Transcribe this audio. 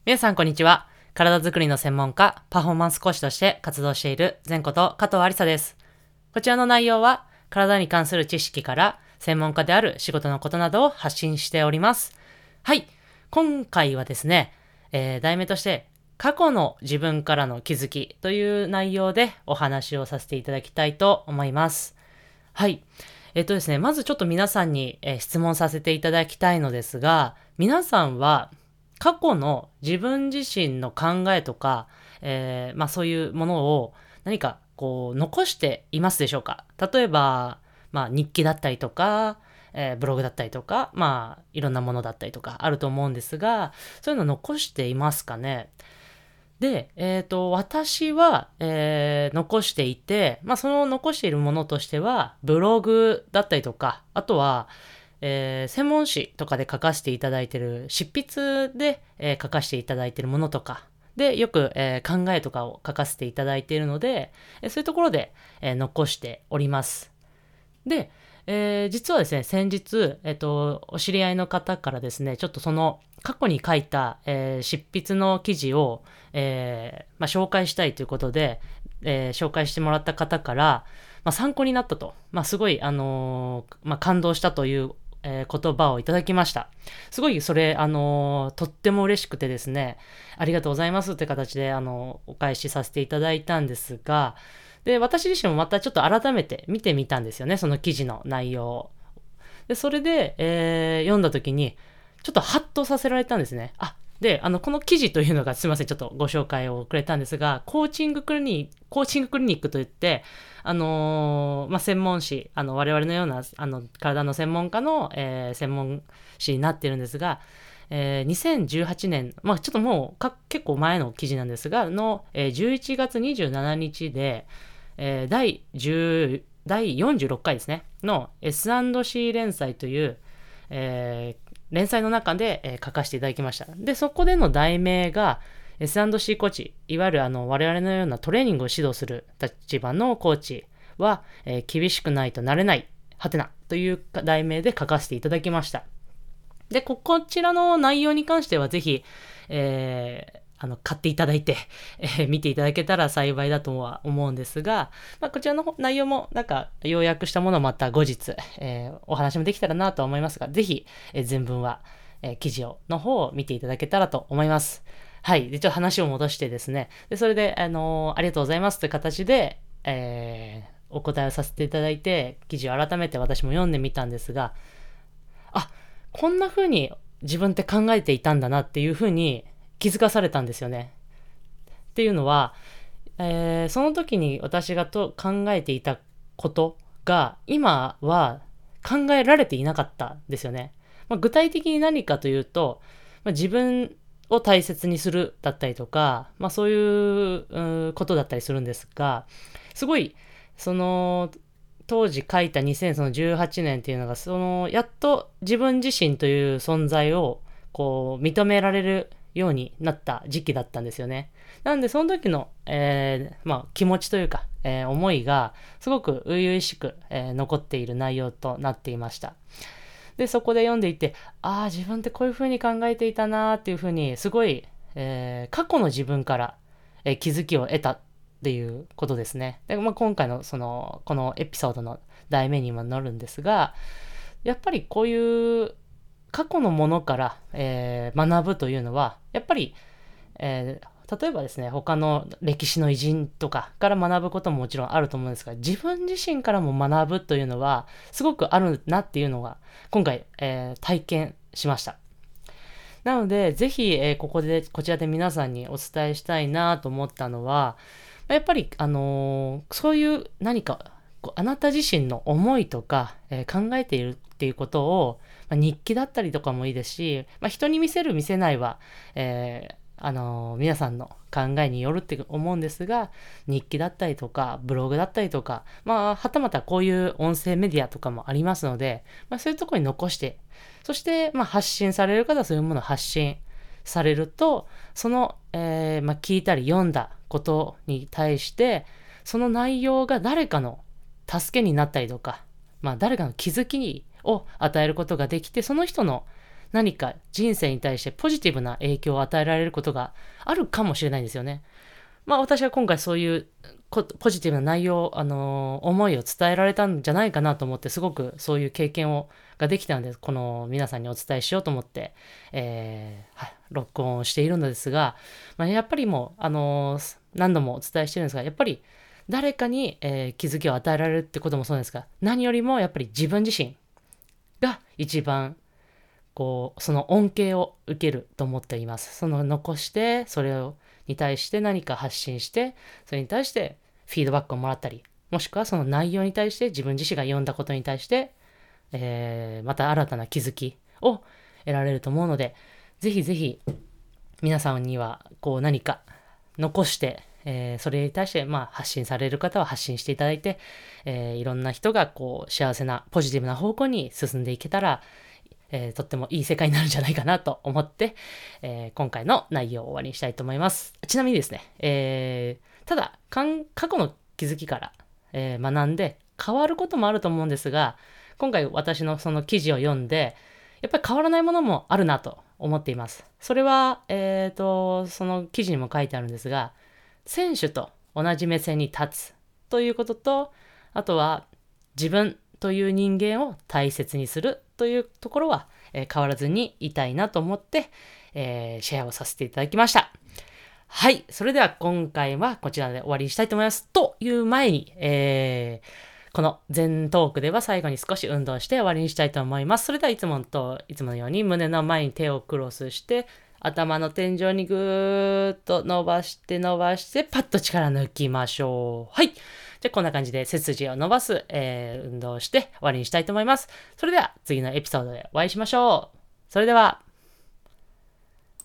皆さんこんにちは。体づくりの専門家、パフォーマンス講師として活動している前こと加藤ありさです。こちらの内容は体に関する知識から専門家である仕事のことなどを発信しております。はい。今回はですね、題名として過去の自分からの気づきという内容でお話をさせていただきたいと思います。はい。ですね、まずちょっと皆さんに、質問させていただきたいのですが、皆さんは過去の自分自身の考えとか、そういうものを何かこう残していますでしょうか？例えば、日記だったりとか、ブログだったりとか、いろんなものだったりとかあると思うんですが、そういうの残していますかね？で、私は、残していて、その残しているものとしては、ブログだったりとか、あとは、専門誌とかで書かせていただいている、執筆で、書かせていただいているものとか、で、よく、考えとかを書かせていただいているので、そういうところで、残しております。で、実はですね、先日、お知り合いの方からですね、ちょっとその過去に書いた、執筆の記事を、紹介したいということで、紹介してもらった方から、参考になったと、すごい、感動したという、言葉をいただきました。すごいそれ、とっても嬉しくてですね、ありがとうございますって形で、お返しさせていただいたんですが、で、私自身もまたちょっと改めて見てみたんですよね、その記事の内容を。で、それで、読んだ時に、ちょっとハッとさせられたんですね。で、この記事というのが、すいません、ちょっとご紹介をくれたんですが、コーチングクリニックといって、専門誌、我々のような、体の専門家の、専門誌になってるんですが、2018年、ちょっともう結構前の記事なんですが、11月27日で、第46回ですね、の S&C 連載という、連載の中で、書かせていただきました。で、そこでの題名が S&C コーチ、いわゆる我々のようなトレーニングを指導する立場のコーチは、厳しくないとなれない、はてなという題名で書かせていただきました。で、こちらの内容に関してはぜひ、買っていただいて、見ていただけたら幸いだとは思うんですが、こちらの内容も要約したものをまた後日、お話もできたらなと思いますが、ぜひ、全文は、記事の方を見ていただけたらと思います。はい。で、ちょっと話を戻してですね、で、それで、ありがとうございますという形で、お答えをさせていただいて、記事を改めて私も読んでみたんですが、こんな風に自分って考えていたんだなっていう風に気づかされたんですよね。っていうのは、その時に私が考えていたことが今は考えられていなかったんですよね。具体的に何かというと、自分を大切にするだったりとか、そういうことだったりするんですが、すごい、その、当時書いた2018年っていうのが、やっと自分自身という存在を、こう、認められるようになった時期だったんですよね。なんで、その時の、気持ちというか、思いが、すごく初々しく、残っている内容となっていました。で、そこで読んでいて、自分ってこういう風に考えていたなーっていう風に、すごい、過去の自分から、気づきを得たっていうことですね。で、今回のこのエピソードの題名にもなるんですが、やっぱりこういう過去のものから、学ぶというのは、やっぱり、例えばですね、他の歴史の偉人とかから学ぶことももちろんあると思うんですが、自分自身からも学ぶというのは、すごくあるなっていうのが、今回、体験しました。なので、ぜひ、こちらで皆さんにお伝えしたいなと思ったのは、やっぱり、そういう何か、あなた自身の思いとか、考えているっていうことを、日記だったりとかもいいですし、人に見せる見せないは、皆さんの考えによるって思うんですが、日記だったりとか、ブログだったりとか、はたまたこういう音声メディアとかもありますので、そういうところに残して、そして、発信される方はそういうものを発信されると、その、聞いたり読んだことに対して、その内容が誰かの助けになったりとか、誰かの気づきを与えることができて、その人の何か人生に対してポジティブな影響を与えられることがあるかもしれないんですよね。私は今回そういうポジティブな内容、思いを伝えられたんじゃないかなと思って、すごくそういう経験ができたので、この皆さんにお伝えしようと思って、録音をしているのですが、やっぱりもう、何度もお伝えしてるんですが、やっぱり誰かに、気づきを与えられるってこともそうなんですが、何よりもやっぱり自分自身が一番その恩恵を受けると思っています。その残して、それに対して何か発信して、それに対してフィードバックをもらったり、もしくはその内容に対して自分自身が読んだことに対して、また新たな気づきを得られると思うので、ぜひぜひ皆さんには何か残して、それに対して発信される方は発信していただいて、いろんな人が幸せなポジティブな方向に進んでいけたら、とってもいい世界になるんじゃないかなと思って、今回の内容を終わりにしたいと思います。ちなみにですね、ただ過去の気づきから、学んで変わることもあると思うんですが、今回私のその記事を読んで、やっぱり変わらないものもあるなと思っています。それは、その記事にも書いてあるんですが、選手と同じ目線に立つということと、あとは自分という人間を大切にするというところは、変わらずにいたいなと思って、シェアをさせていただきました。はい。それでは今回はこちらで終わりにしたいと思います。という前に、この全トークでは最後に少し運動して終わりにしたいと思います。それではいつものように胸の前に手をクロスして、頭の天井にぐーっと伸ばして、パッと力抜きましょう。はい。じゃあこんな感じで背筋を伸ばす、運動をして終わりにしたいと思います。それでは次のエピソードでお会いしましょう。それでは。